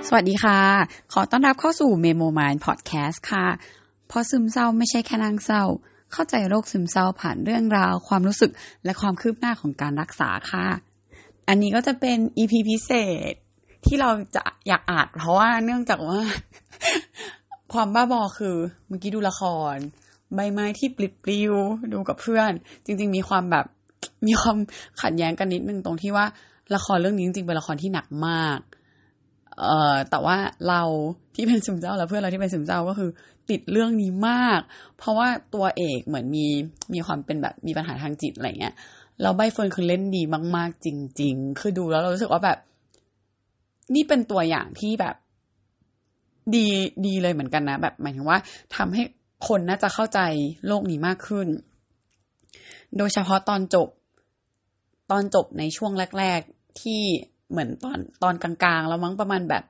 สวัสดีค่ะขอต้อนรับเข้าสู่ Memo Mind Podcast ค่ะเพราะซึมเศร้าไม่ใช่แค่นั่งเศร้าเข้าใจโรคซึมเศร้าผ่านเรื่องราวความรู้สึกและความคืบหน้าของการรักษาค่ะอันนี้ก็จะเป็น EP พิเศษที่เราจะอยากอ่านเพราะว่าเนื่องจากว่า ความบ้าบอคือเมื่อกี้ดูละครใบไม้ที่ปลิดปลิวดูกับเพื่อนจริงๆมีความขัดแย้งกันนิดนึงตรงที่ว่าละครเรื่องนี้จริงๆเป็นละครที่หนักมากแต่ว่าเราที่เป็นซึมเศร้าและเพื่อนเราที่เป็นซึมเศร้าก็คือติดเรื่องนี้มากเพราะว่าตัวเอกเหมือนมีความเป็นแบบมีปัญหาทางจิตอะไรเงี้ยแล้วใบเฟิร์นคือเล่นดีมากๆจริงๆคือดูแล้วเรารู้สึกว่าแบบนี่เป็นตัวอย่างที่แบบดีเลยเหมือนกันนะแบบหมายถึงว่าทำให้คนน่าจะเข้าใจโลกนี้มากขึ้นโดยเฉพาะตอนจบในช่วงแรกๆที่เหมือนตอนกลางๆแล้วมั้งประมาณแบบ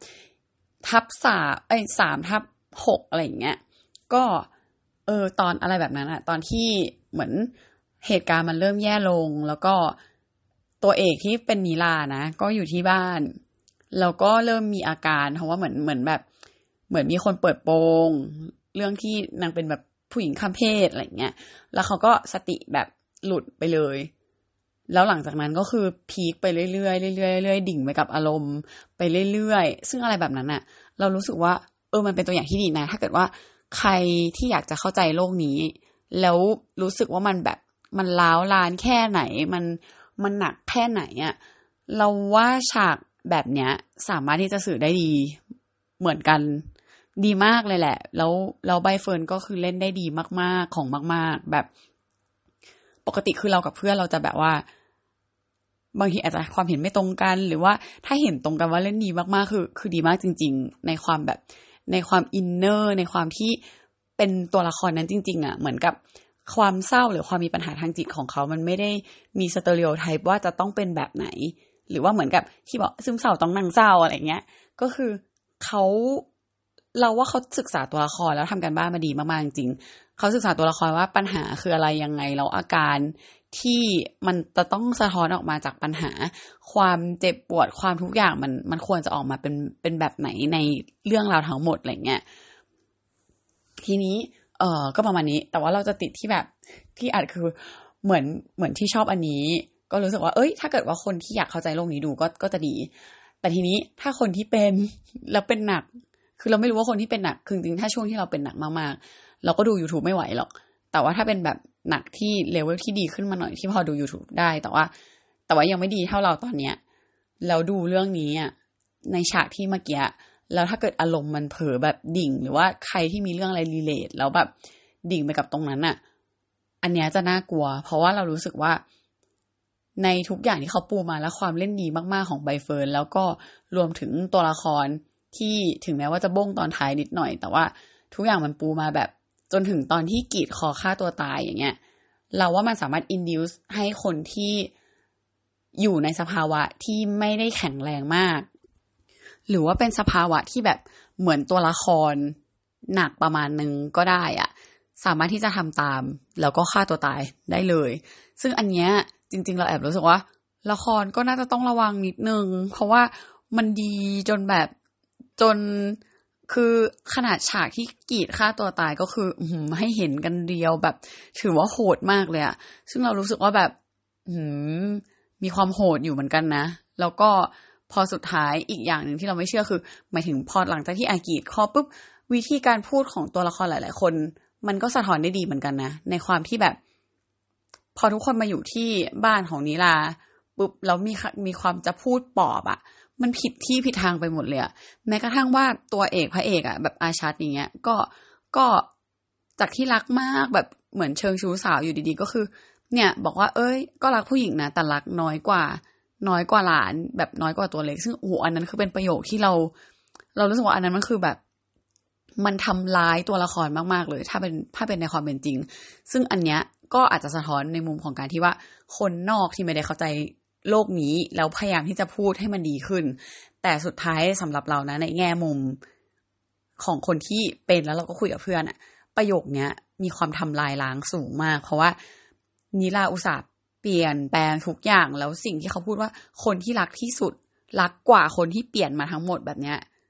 3/6อะไรอย่างเงี้ยก็ตอนอะไรแบบนั้นอะตอนที่เหมือนเหตุการณ์มันเริ่มแย่ลงแล้วก็ตัวเอกที่เป็นนิลานะก็อยู่ที่บ้านแล้วก็เริ่มมีอาการเพราะว่าเหมือนแบบเหมือนมีคนเปิดโปงเรื่องที่นางเป็นแบบผู้หญิงข้ามเพศอะไรอย่างเงี้ยแล้วเขาก็สติแบบหลุดไปเลยแล้วหลังจากนั้นก็คือพีคไปเรื่อยๆเรื่อยๆเรื่อยๆดิ่งไปกับอารมณ์ไปเรื่อยๆซึ่งอะไรแบบนั้นน่ะเรารู้สึกว่ามันเป็นตัวอย่างที่ดีนะถ้าเกิดว่าใครที่อยากจะเข้าใจโลกนี้แล้วรู้สึกว่ามันแบบมันร้าวรานแค่ไหนมันหนักแค่ไหนอ่ะเราว่าฉากแบบเนี้ยสามารถที่จะสื่อได้ดีเหมือนกันดีมากเลยแหละแล้วใบเฟิร์นก็คือเล่นได้ดีมากๆของมากๆแบบปกติคือเรากับเพื่อนเราจะแบบว่าบางทีอาจจะความเห็นไม่ตรงกันหรือว่าถ้าเห็นตรงกันว่าเล่นดีมากๆคือดีมากจริงๆในความแบบในความอินเนอร์ในความที่เป็นตัวละครนั้นจริงๆอ่ะเหมือนกับความเศร้าหรือความมีปัญหาทางจิตของเขามันไม่ได้มีสเตอริโอไทป์ว่าจะต้องเป็นแบบไหนหรือว่าเหมือนกับที่บอกซึมเศร้าต้องนั่งเศร้าอะไรเงี้ยก็คือเราว่าเขาศึกษาตัวละครแล้วทำการบ้านมาดีมากๆจริงเขาศึกษาตัวละครว่าปัญหาคืออะไรยังไงแล้วอาการที่มันจะต้องสะท้อนออกมาจากปัญหาความเจ็บปวดความทุกอย่างมันควรจะออกมาเป็นแบบไหนในเรื่องราวทั้งหมดอะไรเงี้ยทีนี้ก็ประมาณนี้แต่ว่าเราจะติดที่แบบที่อาจคือเหมือนที่ชอบอันนี้ก็รู้สึกว่าถ้าเกิดว่าคนที่อยากเข้าใจโลกนี้ดูก็จะดีแต่ทีนี้ถ้าคนที่เป็นแล้วเป็นหนักคือเราไม่รู้ว่าคนที่เป็นหนักคือจริงๆถ้าช่วงที่เราเป็นหนักมากๆเราก็ดู YouTube ไม่ไหวหรอกแต่ว่าถ้าเป็นแบบหนักที่เลเวลที่ดีขึ้นมาหน่อยที่พอดู YouTube ได้แต่ว่ายังไม่ดีเท่าเราตอนเนี้ยแล้วดูเรื่องนี้อ่ะในฉากที่เมื่อกี้แล้วถ้าเกิดอารมณ์มันเผลอแบบดิ่งหรือว่าใครที่มีเรื่องอะไรรีเลทแล้วแบบดิ่งไปกับตรงนั้นอ่ะอันเนี้ยจะน่ากลัวเพราะว่าเรารู้สึกว่าในทุกอย่างที่เขาปูมาและความเล่นดีมากๆของใบเฟิร์นแล้วก็รวมถึงตัวละครที่ถึงแม้ว่าจะบ้งตอนท้ายนิดหน่อยแต่ว่าทุกอย่างมันปูมาแบบจนถึงตอนที่กรีดคอฆ่าตัวตายอย่างเงี้ยเราว่ามันสามารถ induce ให้คนที่อยู่ในสภาวะที่ไม่ได้แข็งแรงมากหรือว่าเป็นสภาวะที่แบบเหมือนตัวละครหนักประมาณนึงก็ได้อะสามารถที่จะทำตามแล้วก็ฆ่าตัวตายได้เลยซึ่งอันเนี้ยจริงๆเราแอบรู้สึกว่าละครก็น่าจะต้องระวังนิดนึงเพราะว่ามันดีจนแบบจนคือขนาดฉากที่กรีดฆ่าตัวตายก็คือให้เห็นกันเดียวแบบถือว่าโหดมากเลยอะซึ่งเรารู้สึกว่าแบบมีความโหดอยู่เหมือนกันนะแล้วก็พอสุดท้ายอีกอย่างหนึ่งที่เราไม่เชื่อคือหมายถึงพอหลังจากที่กรีดคอปุ๊บวิธีการพูดของตัวละครหลายๆคนมันก็สะท้อนได้ดีเหมือนกันนะในความที่แบบพอทุกคนมาอยู่ที่บ้านของนิลาปุ๊บแล้วมีความจะพูดปอบอะมันผิดที่ผิดทางไปหมดเลยอะแม้กระทั่งว่าตัวเอกพระเอกอะแบบอาชัดอย่างเงี้ยก็จากที่รักมากแบบเหมือนเชิงชู้สาวอยู่ดีๆก็คือเนี่ยบอกว่าก็รักผู้หญิงนะแต่รักน้อยกว่าหลานแบบน้อยกว่าตัวเล็กซึ่งโอ้โหอันนั้นคือเป็นประโยคที่เรารู้สึกว่าอันนั้นมันคือแบบมันทำร้ายตัวละครมากๆเลยถ้าเป็นในความเป็นจริงซึ่งอันเนี้ยก็อาจจะสะท้อนในมุมของการที่ว่าคนนอกที่ไม่ได้เข้าใจโลกนี้แล้วพยายามที่จะพูดให้มันดีขึ้นแต่สุดท้ายสำหรับเรานะในแง่มุมของคนที่เป็นแล้วเราก็คุยกับเพื่อนอะประโยคเนี้ยมีความทำลายล้างสูงมากเพราะว่านิลาอุตส่าห์เปลี่ยนแปลงทุกอย่างแล้วสิ่งที่เขาพูดว่าคนที่รักที่สุดรักกว่าคนที่เปลี่ยนมาทั้งหมดแบบเนี้ย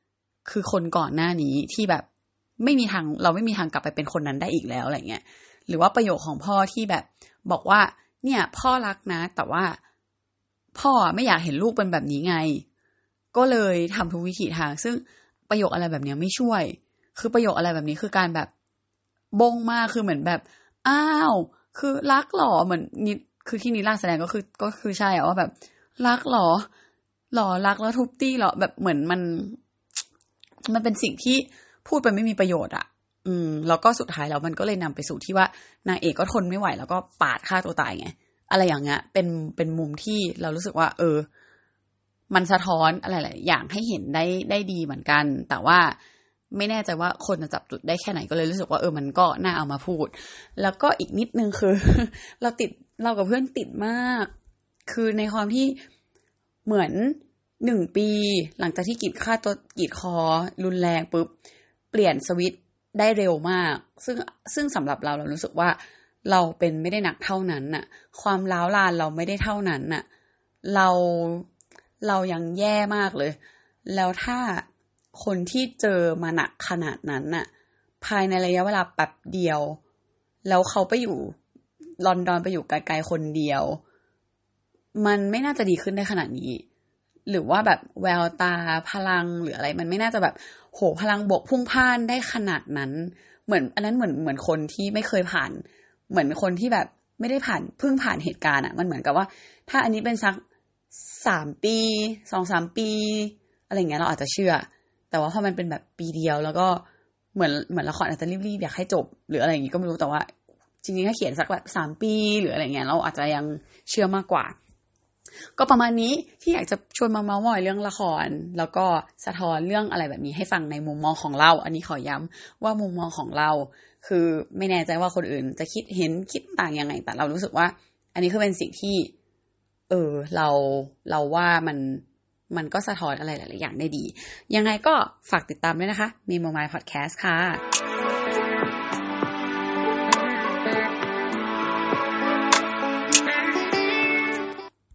คือคนก่อนหน้านี้ที่แบบไม่มีทางเราไม่มีทางกลับไปเป็นคนนั้นได้อีกแล้วอะไรเงี้ยหรือว่าประโยคของพ่อที่แบบบอกว่าเนี่ยพ่อรักนะแต่ว่าพ่อไม่อยากเห็นลูกเป็นแบบนี้ไงก็เลยทำทุกวิถีทางซึ่งประโยคอะไรแบบนี้ไม่ช่วยคือประโยคอะไรแบบนี้คือการแบบบงมากคือเหมือนแบบอ้าวคือรักหรอเหมือนนี่คือที่นิราแสดงก็คือใช่อะว่าแบบรักหรอรักแล้วทุบตีหรอแบบเหมือนมันเป็นสิ่งที่พูดไปไม่มีประโยชน์อ่ะแล้วก็สุดท้ายแล้วมันก็เลยนำไปสู่ที่ว่านางเอกก็ทนไม่ไหวแล้วก็ปาดฆ่าตัวตายไงอะไรอย่างเงี้ยเป็นมุมที่เรารู้สึกว่ามันสะท้อนอะไรหลายอย่างให้เห็นได้ดีเหมือนกันแต่ว่าไม่แน่ใจว่าคนจะจับจุดได้แค่ไหนก็เลยรู้สึกว่ามันก็น่าเอามาพูดแล้วก็อีกนิดนึงคือ เรากับเพื่อนติดมากคือในความที่เหมือน1 ปีหลังจากที่กรีดคอรุนแรงปุ๊บเปลี่ยนสวิตช์ได้เร็วมากซึ่งสำหรับเรารู้สึกว่าเราเป็นไม่ได้หนักเท่านั้นน่ะความร้าวรานเราไม่ได้เท่านั้นน่ะเรายังแย่มากเลยแล้วถ้าคนที่เจอมาหนักขนาดนั้นน่ะภายในระยะเวลาแป๊บเดียวแล้วเขาไปอยู่ลอนดอนไปอยู่ไกลๆคนเดียวมันไม่น่าจะดีขึ้นได้ขนาดนี้หรือว่าแบบแววตาพลังหรืออะไรมันไม่น่าจะแบบโหพลังบวกพุ่งพ่านได้ขนาดนั้นเหมือนอันนั้นเหมือนคนที่ไม่เคยผ่านเหมือนคนที่แบบไม่ได้เพิ่งผ่านเหตุการณ์อ่ะมันเหมือนกับว่าถ้าอันนี้เป็นสัก3 ปี 2-3 ปีอะไรเงี้ยเราอาจจะเชื่อแต่ว่าพอมันเป็นแบบปีเดียวแล้วก็เหมือนละครอาจจะรีบๆอยากให้จบหรืออะไรอย่างงี้ก็ไม่รู้แต่ว่าจริงๆถ้าเขียนสักแบบ3 ปีหรืออะไรเงี้ยเราอาจจะยังเชื่อมากกว่าก็ประมาณนี้ที่อยากจะชวนมาเม้ามอยเรื่องละครแล้วก็สะท้อนเรื่องอะไรแบบนี้ให้ฟังในมุมมองของเราอันนี้ขอย้ำว่ามุมมองของเราคือไม่แน่ใจว่าคนอื่นจะคิดต่างยังไงแต่เรารู้สึกว่าอันนี้คือเป็นสิ่งที่เราว่ามันก็สะท้อนอะไรหลายๆอย่างได้ดียังไงก็ฝากติดตามด้วยนะคะมีโมมายพอดแคสต์ค่ะ